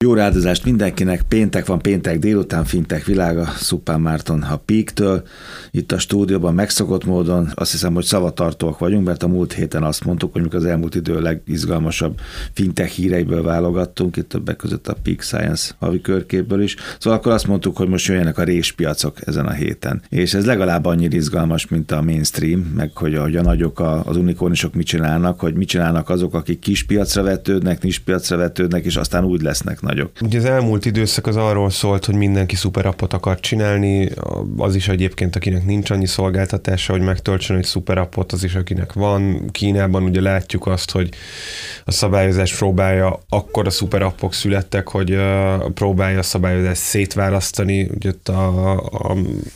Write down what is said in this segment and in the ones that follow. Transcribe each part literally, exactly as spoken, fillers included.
Jó rádozást mindenkinek, péntek van, péntek délután, Fintech világa, Szupán Márton a Peak-től. Itt a stúdióban megszokott módon azt hiszem, hogy szavatartóak vagyunk, mert a múlt héten azt mondtuk, hogy az elmúlt idő legizgalmasabb fintech híreiből válogattunk, itt többek között a Peak Science havi körképből is. Szóval akkor azt mondtuk, hogy most jöjjenek a réspiacok ezen a héten. És ez legalább annyira izgalmas, mint a mainstream, meg hogy a, hogy a nagyok, az unikornisok mit csinálnak, hogy mit csinálnak azok, akik kis piacra vetődnek, nis piacra vetődnek, és aztán úgy lesznek nagyok. Ugye az elmúlt időszak az arról szólt, hogy mindenki szuperappot akar csinálni, az is egyébként, akinek nincs annyi szolgáltatása, hogy megtöltsön egy szuperappot, az is, akinek van. Kínában ugye látjuk azt, hogy a szabályozás próbálja, akkor a szuperappok születtek, hogy uh, próbálja a szabályozást szétválasztani. Ugye ott a, a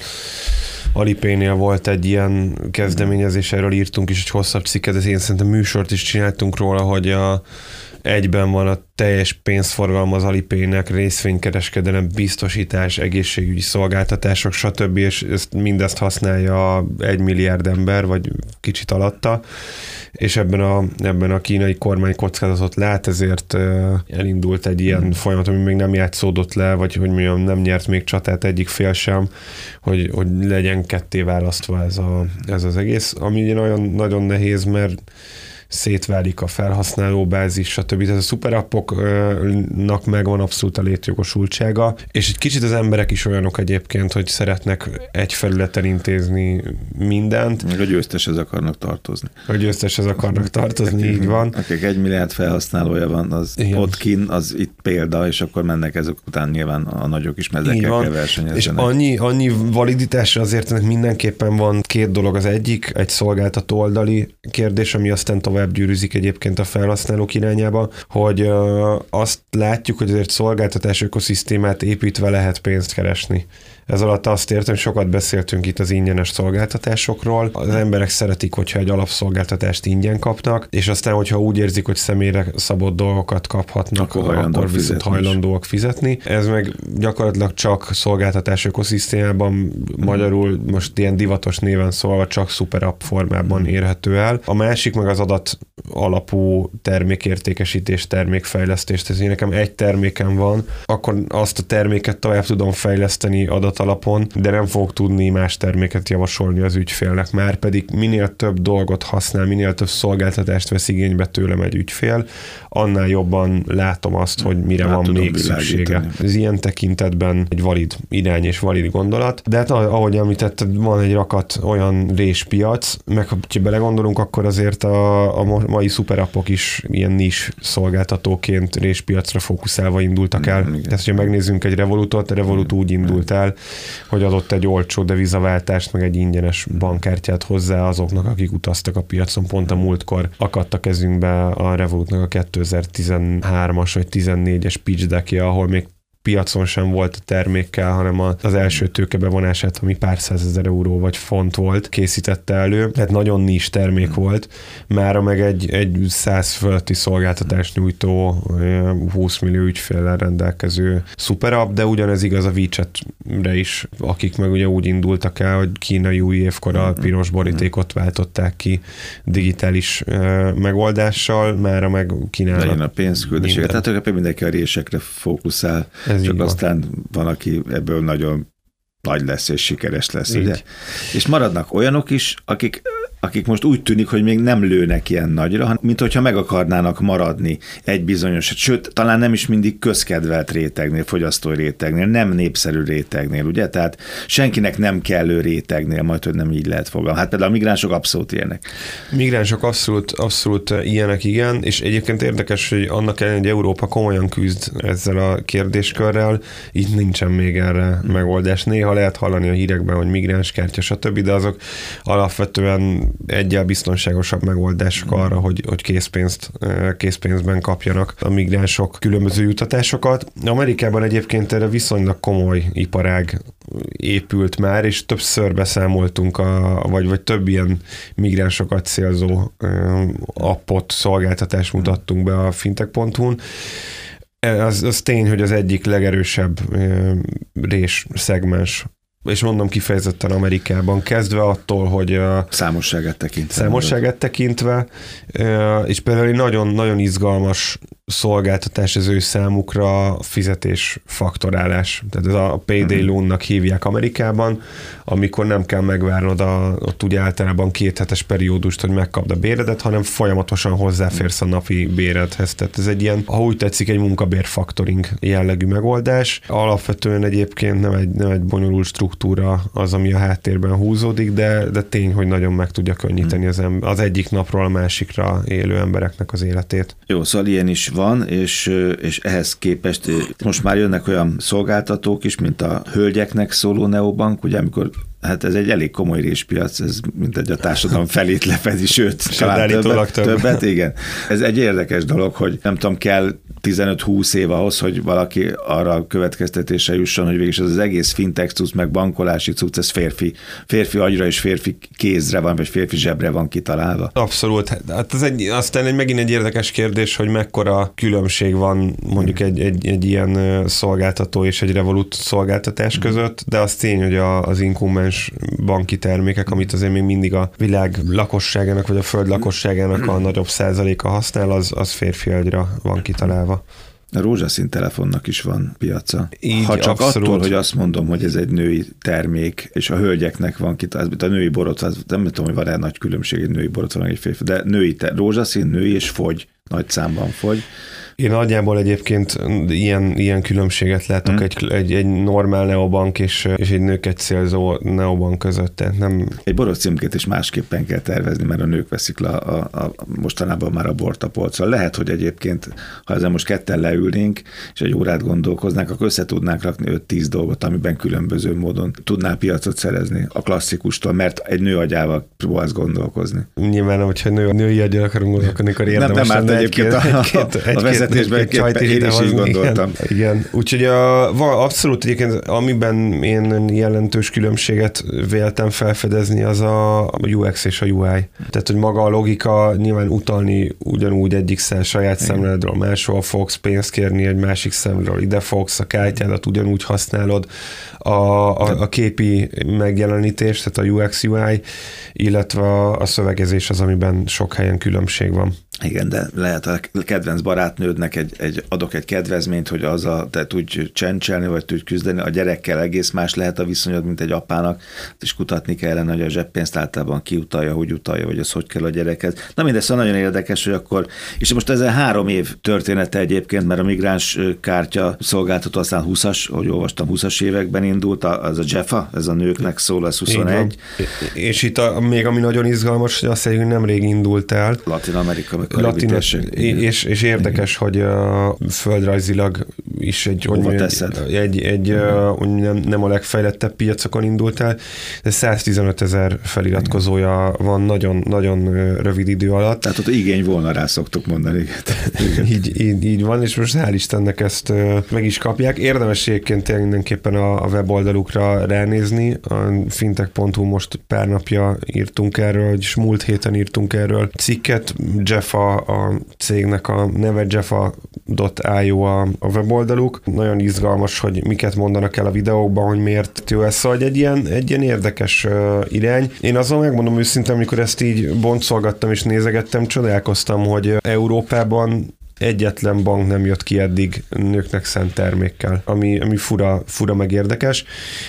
Alipaynél volt egy ilyen kezdeményezés, erről írtunk is egy hosszabb cikket, de én szerintem műsort is csináltunk róla, hogy a egyben van a teljes pénzforgalom az Alipaynek, részvénykereskedelem, biztosítás, egészségügyi szolgáltatások, stb. És ezt, mindezt használja egy milliárd ember, vagy kicsit alatta, és ebben a, ebben a kínai kormány kockázatot lát, ezért elindult egy ilyen hmm. folyamat, ami még nem játszódott le, vagy hogy mondjam, nem nyert még csatát egyik fél sem, hogy, hogy legyen ketté választva ez, a, ez az egész, ami ugye nagyon, nagyon nehéz, mert szétválik a felhasználóbázis, stb. Tehát a szuperappoknak megvan abszolút a létjogosultsága, és egy kicsit az emberek is olyanok egyébként, hogy szeretnek egy felületen intézni mindent. Meg a győzteshez akarnak tartozni. A győzteshez akarnak tartozni, így van. Akik egy milliárd felhasználója van, az igen. Ott kin, az itt példa, és akkor mennek ezek után nyilván a nagyok is ezekkel kell versenyezni. És annyi, annyi validitásra azért ennek mindenképpen van két dolog. Az egyik, egy szolgáltató oldali kérdés, ami aztán tovább gyűrűzik egyébként a felhasználók irányába, hogy uh, azt látjuk, hogy azért szolgáltatás ökoszisztémát építve lehet pénzt keresni. Ez alatt azt értem, hogy sokat beszéltünk itt az ingyenes szolgáltatásokról. Az emberek szeretik, hogyha egy alapszolgáltatást ingyen kapnak, és aztán, hogyha úgy érzik, hogy személyre szabott dolgokat kaphatnak, akkor, akkor viszont hajlandóak fizetni. Ez meg gyakorlatilag csak szolgáltatás ökoszisztémában, magyarul most ilyen divatos néven szólva csak szuperapp formában érhető el. A másik meg az adat alapú termékértékesítés, termékfejlesztés. Tehát, hogy nekem egy termékem van, akkor azt a terméket tovább tudom fejleszteni adat alapon, de nem fogok tudni más terméket javasolni az ügyfélnek. Már pedig minél több dolgot használ, minél több szolgáltatást vesz igénybe tőlem egy ügyfél, annál jobban látom azt, hogy mire hát van még szüksége. Ez ilyen tekintetben egy valid irány és valid gondolat, de hát ahogy említetted, van egy rakat olyan réspiac, meg ha belegondolunk, akkor azért a, a mai szuperappok is ilyen nis szolgáltatóként réspiacra fókuszálva indultak el. Mm, Tehát, hogyha megnézzünk egy Revolutot, a Revolut úgy indult el, hogy adott egy olcsó devizaváltást, meg egy ingyenes bankkártyát hozzá azoknak, akik utaztak a piacon. Pont a múltkor akadt a kezünkbe a Revolutnak a kétezer-tizenhármas vagy tizennégyes pitch deckje, ahol még piacon sem volt a termékkel, hanem az első tőkebevonását, ami pár százezer euró vagy font volt, készítette elő. Tehát nagyon nis termék volt. Mára meg egy, egy száz fölötti szolgáltatást nyújtó húsz millió ügyféllel rendelkező szuperapp, de ugyanez igaz a WeChat-re is, akik meg ugye úgy indultak el, hogy kínai új évkor a piros borítékot váltották ki digitális uh, megoldással, mára meg kínálnak. Legyen a pénzküldésére. Tehát tulajdonképpen mindenki a résekre fókuszál. Ez csak aztán van. van, aki ebből nagyon nagy lesz és sikeres lesz, így. Ugye? És maradnak olyanok is, akik, akik most úgy tűnik, hogy még nem lőnek ilyen nagyra, mint hogyha meg akarnának maradni egy bizonyos, sőt, talán nem is mindig közkedvelt rétegnél, fogyasztói rétegnél, nem népszerű rétegnél, ugye? Tehát senkinek nem kellő rétegnél, majd, hogy nem így lehet fogalmazni. Hát például a migránsok abszolút ilyenek. Migránsok abszolút, abszolút ilyenek, igen, és egyébként érdekes, hogy annak ellenére, hogy Európa komolyan küzd ezzel a kérdéskörrel, így nincsen még erre megoldás. Néha lehet hallani a hírekben, hogy migránskártya, stb., de azok alapvetően egyel biztonságosabb megoldások arra, hogy, hogy készpénzt, készpénzben kapjanak a migránsok különböző jutatásokat. Amerikában egyébként erre viszonylag komoly iparág épült már, és többször beszámoltunk, a, vagy, vagy több ilyen migránsokat célzó appot, szolgáltatást mutattunk be a fintech pont hu-n. Az, az tény, hogy az egyik legerősebb rés szegmens, és mondom kifejezetten Amerikában, kezdve attól, hogy a számosságát tekintve. Számosságát tekintve, és például egy nagyon, nagyon izgalmas szolgáltatás az ő számukra fizetés faktorálás. Tehát ez a payday loannak hívják Amerikában, amikor nem kell megvárnod a, ott ugye általában két hetes periódust, hogy megkapd a béredet, hanem folyamatosan hozzáférsz a napi béredhez. Tehát ez egy ilyen, ha úgy tetszik, egy munkabér faktoring jellegű megoldás. Alapvetően egyébként nem egy, nem egy bonyolult struktúra az, ami a háttérben húzódik, de, de tény, hogy nagyon meg tudja könnyíteni az, ember, az egyik napról a másikra élő embereknek az életét. Jó, szóval ilyen is van, és, és ehhez képest most már jönnek olyan szolgáltatók is, mint a hölgyeknek szóló neobank, ugye amikor hát ez egy elég komoly réspiac, ez mint egy a társadalom felét lefedi, sőt, talán többet, többet, igen. Ez egy érdekes dolog, hogy nem tudom, kell tizenöt-húsz év ahhoz, hogy valaki arra a következtetésre jusson, hogy végülis ez az egész fintech cucc, meg bankolási cucc, ez férfi, férfi agyra és férfi kézre van, vagy férfi zsebre van kitalálva. Abszolút. Hát ez egy, aztán egy, megint egy érdekes kérdés, hogy mekkora különbség van mondjuk egy, egy, egy ilyen szolgáltató és egy Revolut szolgáltatás között, de az tény, hogy a, az inkumbens banki termékek, amit azért még mindig a világ lakosságának, vagy a föld lakosságának a nagyobb százaléka használ, az, az férfi agyra van kitalálva. A rózsaszín telefonnak is van piaca. Így, ha csak abszolút. Attól, hogy azt mondom, hogy ez egy női termék, és a hölgyeknek van kitalálva, a női borotva, nem tudom, hogy van-e nagy különbség egy női borotva, egy férfi, de női te, rózsaszín, női és fogy, nagy számban fogy. Én nagyjából egyébként ilyen, ilyen különbséget látok hmm. egy, egy, egy normál neobank és, és egy nőket célzó neobank között. Tehát nem... Egy borotcímkét is másképpen kell tervezni, mert a nők veszik le a, a, a, mostanában már a bort a polcon. Lehet, hogy egyébként, ha ezen most ketten leülnénk, és egy órát gondolkoznánk, akkor össze tudnánk rakni öt-tíz dolgot, amiben különböző módon tudnál piacot szerezni a klasszikustól, mert egy nő agyával próbálsz gondolkozni. Nyilván, hogyha nő, női agyal akarunk gondolkodni, akkor érdemes. Nem, nem egyébként a, a, a vezetésben én is így gondoltam. Igen, igen. Úgyhogy a, van abszolút egyébként, amiben én jelentős különbséget véltem felfedezni, az a, a u iksz és a u i. Tehát, hogy maga a logika nyilván utalni ugyanúgy egyik szám saját szemléletről máshol fogsz pénzt kérni, egy másik szemléletről ide fogsz, a kártyádat ugyanúgy használod, a, a, a képi megjelenítés, tehát a u iksz u i, illetve a szövegezés az, amiben sok helyen különbség van. Igen, de lehet a kedvenc barátnődnek egy, egy, adok egy kedvezményt, hogy azzal te tudj csencselni, vagy tudj küzdeni. A gyerekkel egész más lehet a viszonyod, mint egy apának, és kutatni kellene, hogy a zseppénzt általában kiutalja, hogy utalja, vagy az hogy kell a gyerekhez. Na mindez szóval nagyon érdekes, hogy akkor, és most ez a három év története egyébként, mert a migráns kártya szolgáltató aztán húszas, ahogy olvastam, húszas években indult, az a Jeffa, ez a nőknek szól, ez huszonegy. És itt a, még ami nagyon izgalmas, hogy azt mondjuk, hogy nemrég indult el. Latin Amerika, Latin, és, és érdekes, igen. hogy uh, földrajzilag is egy, hogy egy, egy, egy uh, nem, nem a legfejlettebb piacokon indult el, de száztizenöt ezer feliratkozója igen. van nagyon, nagyon rövid idő alatt. Tehát ott igény volna rá, szoktuk mondani. így, így, így van, és most hál' Istennek ezt uh, meg is kapják. Érdemes egyébként mindenképpen a, a weboldalukra ránézni. A fintech pont hu most pár napja írtunk erről, és múlt héten írtunk erről cikket. Jeffa a cégnek a neve, jeffa pont io a, a weboldaluk. Nagyon izgalmas, hogy miket mondanak el a videókban, hogy miért jó ez. Szóval egy ilyen, egy ilyen érdekes uh, irány. Én azon megmondom őszintén, amikor ezt így boncolgattam és nézegettem, csodálkoztam, hogy Európában egyetlen bank nem jött ki eddig nőknek szánt termékkel, ami, ami fura, fura meg érdekes.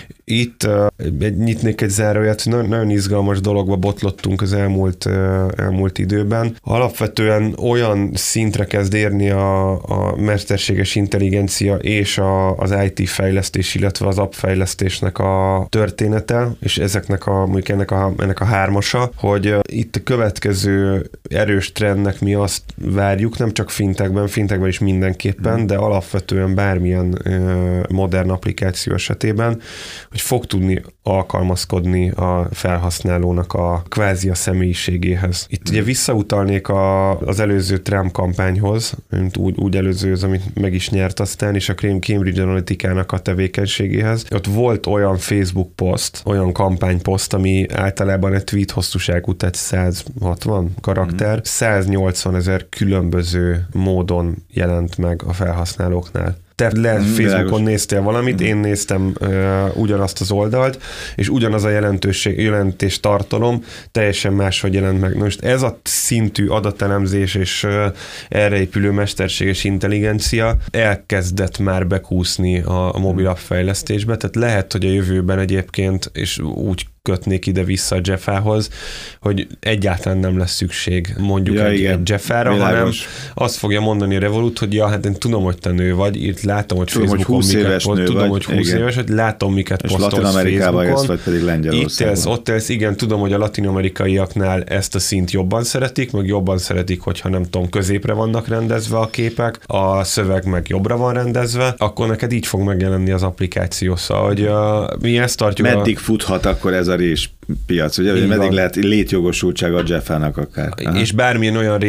Itt uh, egy, nyitnék egy záróját, hogy nagyon, nagyon izgalmas dologba botlottunk az elmúlt, uh, elmúlt időben. Alapvetően olyan szintre kezd érni a, a mesterséges intelligencia és a, az i té fejlesztés, illetve az app fejlesztésnek a története, és ezeknek a, mondjuk ennek a, ennek a hármasa, hogy uh, itt a következő erős trendnek mi azt várjuk, nem csak fintechben, fintechben is mindenképpen, de alapvetően bármilyen uh, modern applikáció esetében, hogy fog tudni alkalmazkodni a felhasználónak a kvázi a személyiségéhez. Itt ugye visszautalnék a, az előző Trump kampányhoz, úgy, úgy előzőhöz, amit meg is nyert aztán, és a Cambridge Analytica-nak a tevékenységéhez. Ott volt olyan Facebook poszt, olyan kampányposzt, ami általában egy tweet hosszúságú, tehát száz hatvan karakter, mm. száznyolcvan ezer különböző módon jelent meg a felhasználóknál. te lehet hmm, Facebookon néztél valamit, hmm. én néztem uh, ugyanazt az oldalt, és ugyanaz a jelentőség, jelentés tartalom teljesen máshogy jelent meg. Most ez a szintű adatelemzés és uh, erre épülő mesterséges intelligencia elkezdett már bekúszni a, a mobil app fejlesztésbe, tehát lehet, hogy a jövőben egyébként, és úgy kötnék ide-vissza a Jeffához, hogy egyáltalán nem lesz szükség mondjuk ja, egy, egy Jeffára, hanem azt fogja mondani a Revolut, hogy ja, hát én tudom, hogy te nő vagy, itt látom, hogy tudom, Facebookon hogy miket posztol, tudom, vagy, hogy húsz éves, hogy látom, miket és posztolsz Facebookon. Élsz, vagy pedig Lengyelországban. Itt élsz, ott élsz, igen, tudom, hogy a latin-amerikaiaknál ezt a szint jobban szeretik, meg jobban szeretik, hogyha nem tudom, középre vannak rendezve a képek, a szöveg meg jobbra van rendezve, akkor neked így fog megjelenni az applikáció. Szóval, hogy uh, mi ezt tartjuk. Meddig a... futhat akkor ez a réspiac, ugye? Meddig van. Lehet létjogosultsága a Jeffának akár. Aha. És bármilyen olyan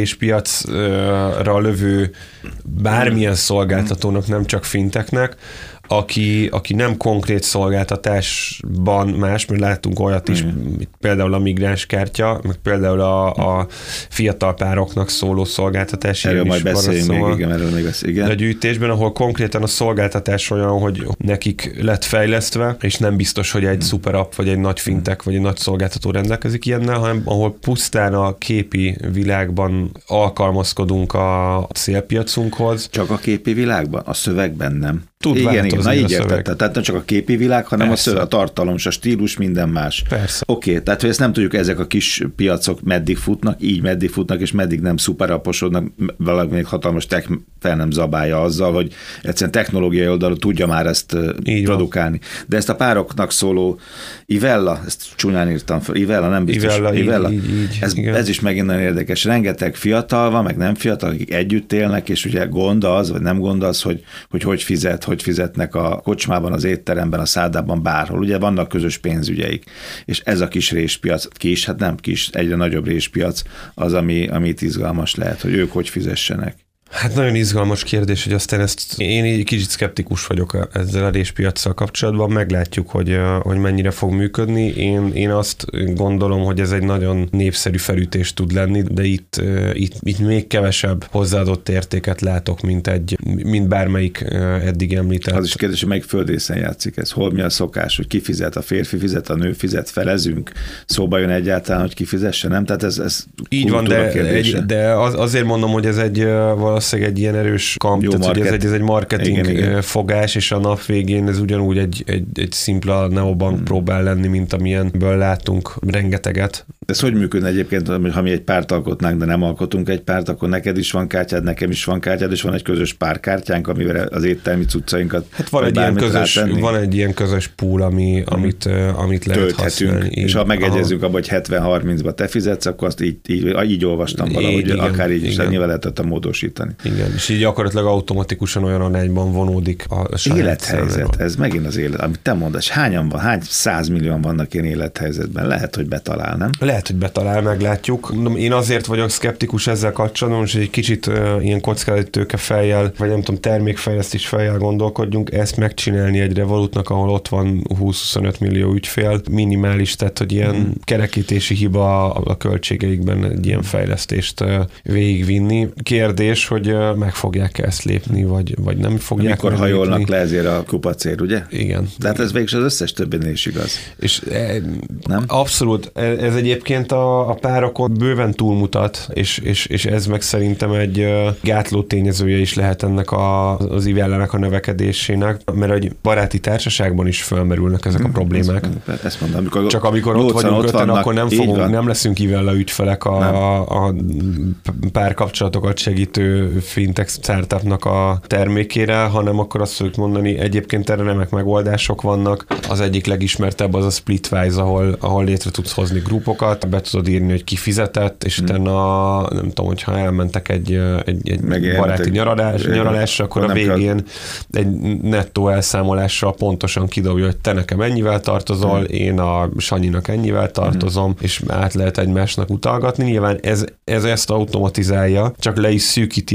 réspiacra lövő bármilyen szolgáltatónak, nem csak finteknek, aki, aki nem konkrét szolgáltatásban más, mert láttunk olyat is, mm. például a migránskártya, meg például a, a fiatal pároknak szóló szolgáltatás. Erről majd beszéljünk még, szóval igen, erről még lesz, igen. A gyűjtésben, ahol konkrétan a szolgáltatás olyan, hogy nekik lett fejlesztve, és nem biztos, hogy egy mm. szuper app, vagy egy nagy fintek, vagy egy nagy szolgáltató rendelkezik ilyennel, hanem ahol pusztán a képi világban alkalmazkodunk a célpiacunkhoz. Csak a képi világban? A szövegben nem? Tud igen, igen, na így értettem. Tehát nem csak a képi világ, hanem persze. A szöveg, a tartalom, a stílus, minden más. Persze. Oké, okay, tehát hogy ezt nem tudjuk, ezek a kis piacok meddig futnak, így meddig futnak, és meddig nem szuperaposodnak, valami még hatalmas tech fel nem zabálja azzal, hogy egyszerűen technológiai oldalon tudja már ezt így produkálni. Van. De ezt a pároknak szóló Ivella, ezt csúnyán írtam fel, Ivella, nem biztos. Ivella, Ivella. Így, így, így, ez, ez is megint nagyon érdekes. Rengeteg fiatal van, meg nem fiatal, akik együtt élnek, és ugye gond az, vagy nem gond az, hogy hogy, hogy fizet, hogy fizetnek a kocsmában, az étteremben, a szállodában, bárhol. Ugye vannak közös pénzügyeik. És ez a kis réspiac, kis, hát nem kis, egyre nagyobb réspiac az, ami, amit izgalmas lehet, hogy ők hogy fizessenek. Hát nagyon izgalmas kérdés, hogy aztán ezt én így kicsit szkeptikus vagyok ezzel a réspiacsal kapcsolatban, meglátjuk, hogy, hogy mennyire fog működni. Én, én azt gondolom, hogy ez egy nagyon népszerű felütés tud lenni, de itt, itt, itt még kevesebb hozzáadott értéket látok, mint, egy, mint bármelyik eddig említett. Az is kérdés, hogy melyik földrészen játszik ez. Hol mi a szokás, hogy ki fizet, a férfi fizet, a nő fizet, felezünk, szóba jön egyáltalán, hogy ki fizesse, nem? Tehát ez, ez így van, de, egy, de az, azért mondom, hogy ez egy valószínűleg egy ilyen erős kamp, tehát hogy ez egy, ez egy marketing igen, igen. fogás, és a nap végén ez ugyanúgy egy, egy, egy szimpla neobank hmm. próbál lenni, mint amilyenből látunk rengeteget. Ez hogy működne egyébként, ha mi egy párt alkotnánk, de nem alkotunk egy párt, akkor neked is van kártyád, nekem is van kártyád, és van egy közös párkártyánk, amivel az éttermi cuccainkat hát van egy, ilyen közös, van egy ilyen közös pool, ami, amit, uh, amit lehet tölthetünk. Használni. És ha megegyezünk abban, hogy hetven harmincba te fizetsz, akkor azt így, így, így olvastam valahogy, igen, akár így is, nyilván lehetett módosítani. Igen, és így gyakorlatilag automatikusan olyan arányban vonódik a saját élethelyzet, számról. Ez megint az élet, amit te mondasz, hányan van, hány százmillióan vannak ilyen élethelyzetben, lehet, hogy betalál, nem? Lehet, hogy betalál, meglátjuk. Én azért vagyok szkeptikus ezzel kapcsolatban, hogy egy kicsit uh, ilyen kockázatitőke fejjel, vagy nem tudom, termékfejlesztés fejjel gondolkodjunk, ezt megcsinálni egy Revolutnak, ahol ott van húsz-huszonöt millió ügyfél, minimális, tehát hogy ilyen hmm. kerekítési hiba a költségeikben egy ilyen fejlesztést uh, végigvinni. Kérdés, hogy uh, meg fogják ezt lépni, vagy, vagy nem fogják. Amikor hajolnak lépni. Le ezért a kupacér, ugye? Igen. De hát ez végül az összes többinél is igaz. És e, nem? Abszolút. Ez egyébként a, a párokon bőven túlmutat, és, és, és ez meg szerintem egy gátló tényezője is lehet ennek a, az Ivellának a növekedésének, mert egy baráti társaságban is felmerülnek ezek a problémák. Ezt, ezt mondom, amikor csak amikor ott vagyunk öten, vannak, akkor nem fogunk, nem leszünk Ivella ügyfelek a, a párkapcsolatokat segítő fintech startupnak a termékére, hanem akkor azt fogjuk mondani, egyébként erre remek megoldások vannak. Az egyik legismertebb az a Splitwise, ahol, ahol létre tudsz hozni grupokat, be tudod írni, hogy ki fizetett, és hmm. utána nem tudom, hogyha elmentek egy, egy, egy baráti nyaralás, nyaralásra, akkor a végén egy nettó elszámolással pontosan kidobja, hogy te nekem ennyivel tartozol, hmm. én a Sanyinak ennyivel tartozom, hmm. és át lehet egymásnak utalgatni. Nyilván ez, ez ezt automatizálja, csak le is szűkíti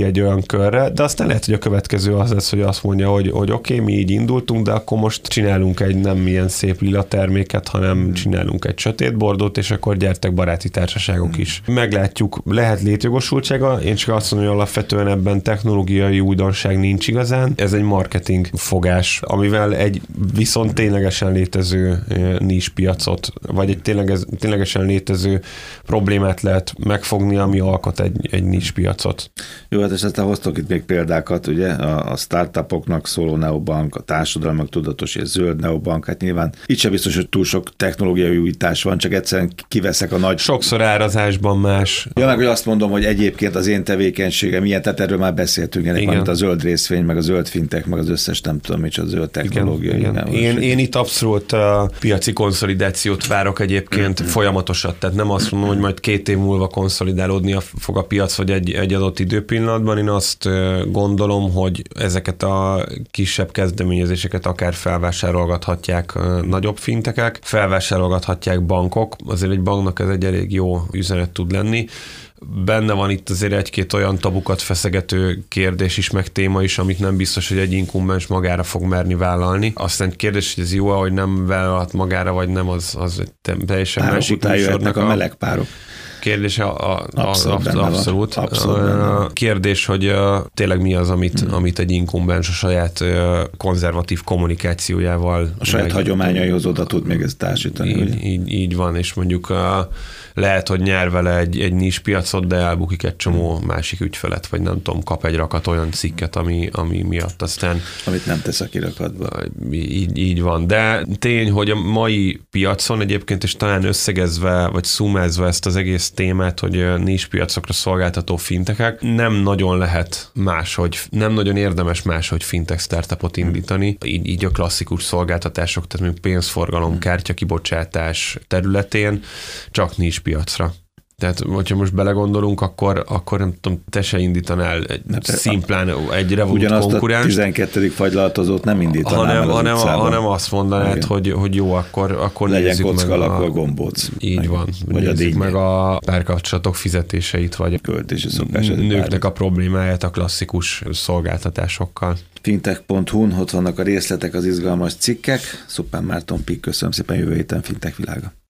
egy olyan körre, de aztán lehet, hogy a következő az lesz, hogy azt mondja, hogy, hogy oké, okay, mi így indultunk, de akkor most csinálunk egy nem ilyen szép lila terméket, hanem hmm. csinálunk egy sötétbordót, és akkor gyertek baráti társaságok hmm. is. Meglátjuk, lehet létjogosultsága, én csak azt mondom, hogy alapvetően ebben technológiai újdonság nincs igazán. Ez egy marketing fogás, amivel egy viszont ténylegesen létező nis piacot, vagy egy tényleges, ténylegesen létező problémát lehet megfogni, ami alkot egy, egy nis piacot. Jó, hát és aztán hoztok itt még példákat, ugye, a, a startupoknak szóló neobank, a társadalmak tudatos és zöld neobank, hát nyilván itt sem biztos, hogy túl sok technológiai újítás van, csak egyszerűen kiveszek a nagy... Sokszor árazásban más. Ja, meg hogy azt mondom, hogy egyébként az én tevékenységem ilyen, tehát erről már beszéltünk, ennek van itt a zöld részvény, meg a zöld fintech, meg az összes nem tudom, mi csak a zöld technológia. Igen, igen. Én, én itt abszolút a piaci konszolidációt várok egyébként mm-hmm. folyamatosat, tehát nem azt mondom, hogy majd két év múlva konszolidálódni fog a piac, vagy egy, egy adott időpillanatban. Én azt gondolom, hogy ezeket a kisebb kezdeményezéseket akár felvásárolgathatják nagyobb fintekek, felvásárolgathatják bankok, azért egy banknak ez egy elég jó üzenet tud lenni. Benne van itt azért egy-két olyan tabukat feszegető kérdés is, meg téma is, amit nem biztos, hogy egy inkumbens magára fog merni vállalni. Aztán kérdés, hogy ez jó, hogy nem vállalhat magára, vagy nem, az, az teljesen párok másik után jöhetnek a meleg párok. Kérdés a, a, abszolút. A, abszolút. abszolút a, kérdés, hogy a, tényleg mi az, amit, hmm. amit egy inkumbens a saját a, konzervatív kommunikációjával... A saját meg, hagyományaihoz oda tud még ezt társítani. Így, így, így van, és mondjuk a, lehet, hogy nyer vele egy, egy nis piacot, de elbukik egy csomó hmm. másik ügyfelet, vagy nem tudom, kap egy rakat olyan cikket, ami, ami miatt aztán... Amit nem tesz a kirakatba. Így, így van, de tény, hogy a mai piacon egyébként, és talán összegezve, vagy szumázva ezt az egész témát, hogy nis piacokra szolgáltató fintekek, nem nagyon lehet máshogy, nem nagyon érdemes máshogy fintech startupot indítani, így, így a klasszikus szolgáltatások, tehát mondjuk pénzforgalom, kártyakibocsátás területén, csak nis piacra. Tehát, hogyha most belegondolunk, akkor, akkor nem tudom, te se indítanál egy, szimplán egy Revolut ugyanazt konkurens. A tizenkettedik fagylaltozót nem indítanál hanem, az hanem, hanem azt mondanád, hogy, hogy jó, akkor, akkor legyen nézzük kocka meg alakú a, a gombóc. Így meg, van. Vagy nézzük a meg a párkapcsolatok fizetéseit, vagy költési szokását. Nőknek a problémáját a klasszikus szolgáltatásokkal. fintech pont hu-n ott vannak a részletek, az izgalmas cikkek. Szuppán Márton Pik, köszönöm szépen, jövő héten Fintech Világa.